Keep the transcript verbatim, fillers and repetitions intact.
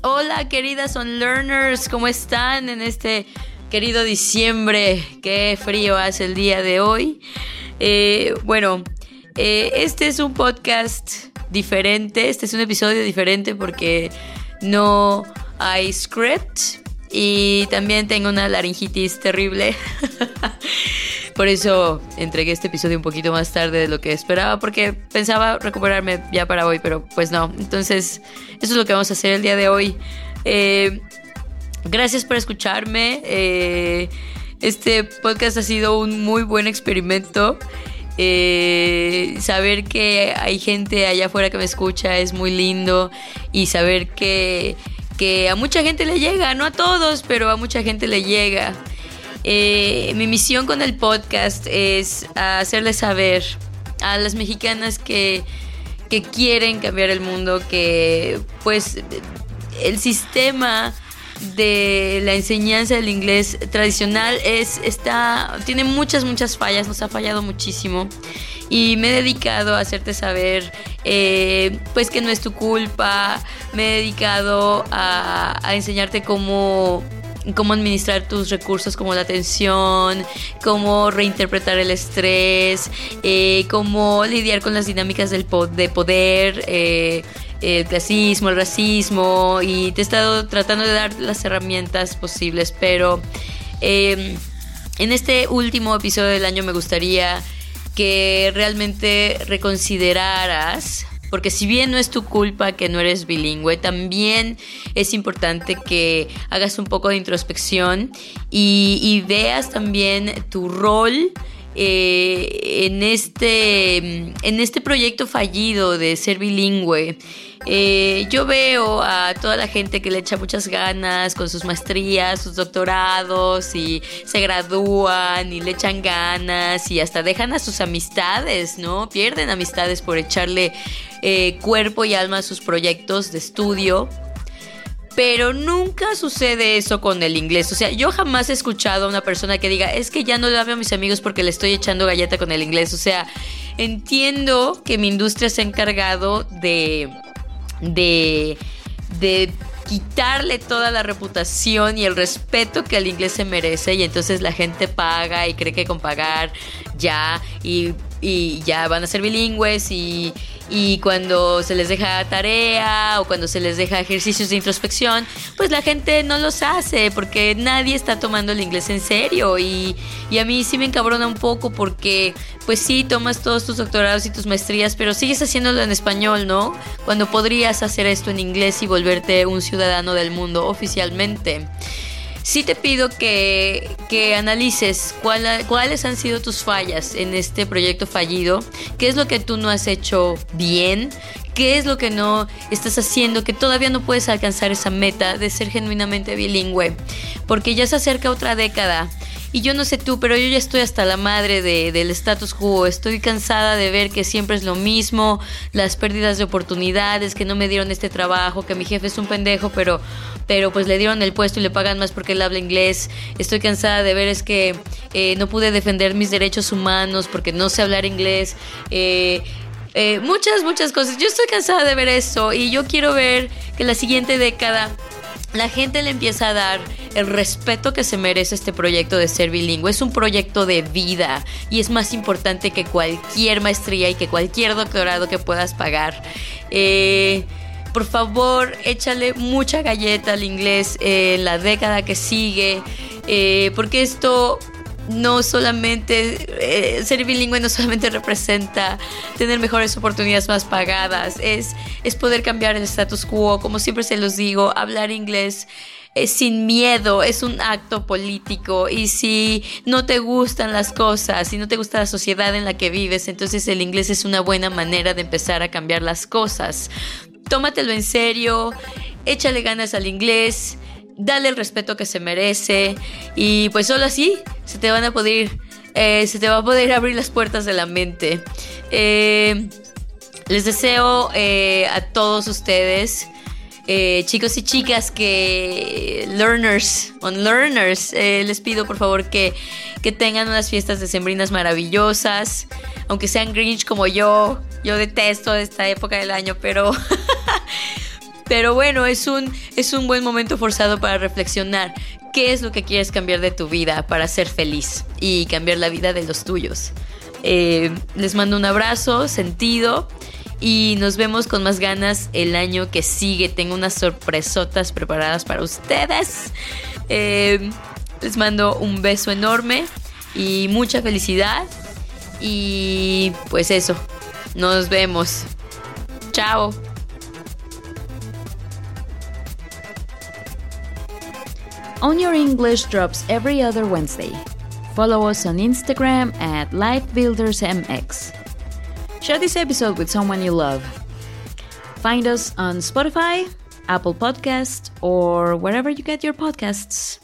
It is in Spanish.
Hola queridas Unlearners, ¿cómo están en este querido diciembre? Qué frío hace el día de hoy. Eh, bueno, eh, este es un podcast diferente, este es un episodio diferente porque no hay script y también tengo una laringitis terrible. Por eso entregué este episodio un poquito más tarde de lo que esperaba, porque pensaba recuperarme ya para hoy, pero pues no. Entonces, eso es lo que vamos a hacer el día de hoy. Eh, gracias por escucharme. Eh, este podcast ha sido un muy buen experimento. Eh, saber que hay gente allá afuera que me escucha es muy lindo. Y saber que, que a mucha gente le llega, no a todos, pero a mucha gente le llega. Eh, mi misión con el podcast es hacerles saber a las mexicanas que, que quieren cambiar el mundo, que pues el sistema de la enseñanza del inglés tradicional es, está, tiene muchas, muchas fallas, nos ha fallado muchísimo. Y me he dedicado a hacerte saber eh, pues que no es tu culpa. Me he dedicado a, a enseñarte cómo... cómo administrar tus recursos como la atención, cómo reinterpretar el estrés, eh, cómo lidiar con las dinámicas del po- de poder, eh, el clasismo, el racismo, y te he estado tratando de dar las herramientas posibles, pero eh, en este último episodio del año me gustaría que realmente reconsideraras. Porque si bien no es tu culpa que no eres bilingüe, también es importante que hagas un poco de introspección y, y veas también tu rol eh, en, este, en este proyecto fallido de ser bilingüe. Eh, yo veo a toda la gente que le echa muchas ganas con sus maestrías, sus doctorados, y se gradúan y le echan ganas y hasta dejan a sus amistades, ¿no? Pierden amistades por echarle eh, cuerpo y alma a sus proyectos de estudio. Pero nunca sucede eso con el inglés. O sea, yo jamás he escuchado a una persona que diga, es que ya no le hablo a mis amigos porque le estoy echando galleta con el inglés. O sea, entiendo que mi industria se ha encargado de... de, de quitarle toda la reputación y el respeto que el inglés se merece, y entonces la gente paga y cree que con pagar ya y, y ya van a ser bilingües, y, y cuando se les deja tarea o cuando se les deja ejercicios de introspección, pues la gente no los hace porque nadie está tomando el inglés en serio. Y, y a mí sí me encabrona un poco porque pues sí, tomas todos tus doctorados y tus maestrías, pero sigues haciéndolo en español, ¿no? Cuando podrías hacer esto en inglés y volverte un ciudadano del mundo oficialmente. Sí te pido que, que analices cuál, cuáles han sido tus fallas en este proyecto fallido, qué es lo que tú no has hecho bien, qué es lo que no estás haciendo, que todavía no puedes alcanzar esa meta de ser genuinamente bilingüe, porque ya se acerca otra década. Y yo no sé tú, pero yo ya estoy hasta la madre de, del status quo. Estoy cansada de ver que siempre es lo mismo, las pérdidas de oportunidades, que no me dieron este trabajo, que mi jefe es un pendejo, pero, pero pues le dieron el puesto y le pagan más porque él habla inglés. Estoy cansada de ver es que eh, no pude defender mis derechos humanos porque no sé hablar inglés. Eh, eh, muchas, muchas cosas. Yo estoy cansada de ver eso y yo quiero ver que la siguiente década la gente le empieza a dar el respeto que se merece este proyecto de ser bilingüe. Es un proyecto de vida y es más importante que cualquier maestría y que cualquier doctorado que puedas pagar. Eh, por favor, échale mucha galleta al inglés en eh, la década que sigue, eh, porque esto... No solamente, eh, ser bilingüe no solamente representa tener mejores oportunidades más pagadas, es, es poder cambiar el status quo. Como siempre se los digo, hablar inglés es sin miedo, es un acto político, y si no te gustan las cosas, si no te gusta la sociedad en la que vives, entonces el inglés es una buena manera de empezar a cambiar las cosas. Tómatelo en serio, échale ganas al inglés, dale el respeto que se merece, y pues solo así se te van a poder eh, se te va a poder abrir las puertas de la mente. Eh, les deseo eh, a todos ustedes, eh, chicos y chicas, que learners, unlearners, eh, les pido por favor que, que tengan unas fiestas decembrinas maravillosas, aunque sean Grinch como yo. Yo detesto esta época del año, pero Pero bueno, es un, es un buen momento forzado para reflexionar. ¿Qué es lo que quieres cambiar de tu vida para ser feliz y cambiar la vida de los tuyos? Eh, les mando un abrazo sentido y nos vemos con más ganas el año que sigue. Tengo unas sorpresotas preparadas para ustedes. Eh, les mando un beso enorme y mucha felicidad. Y pues eso, nos vemos. Chao. On Your English drops every other Wednesday. Follow us on Instagram at LifeBuildersMX. Share this episode with someone you love. Find us on Spotify, Apple Podcasts, or wherever you get your podcasts.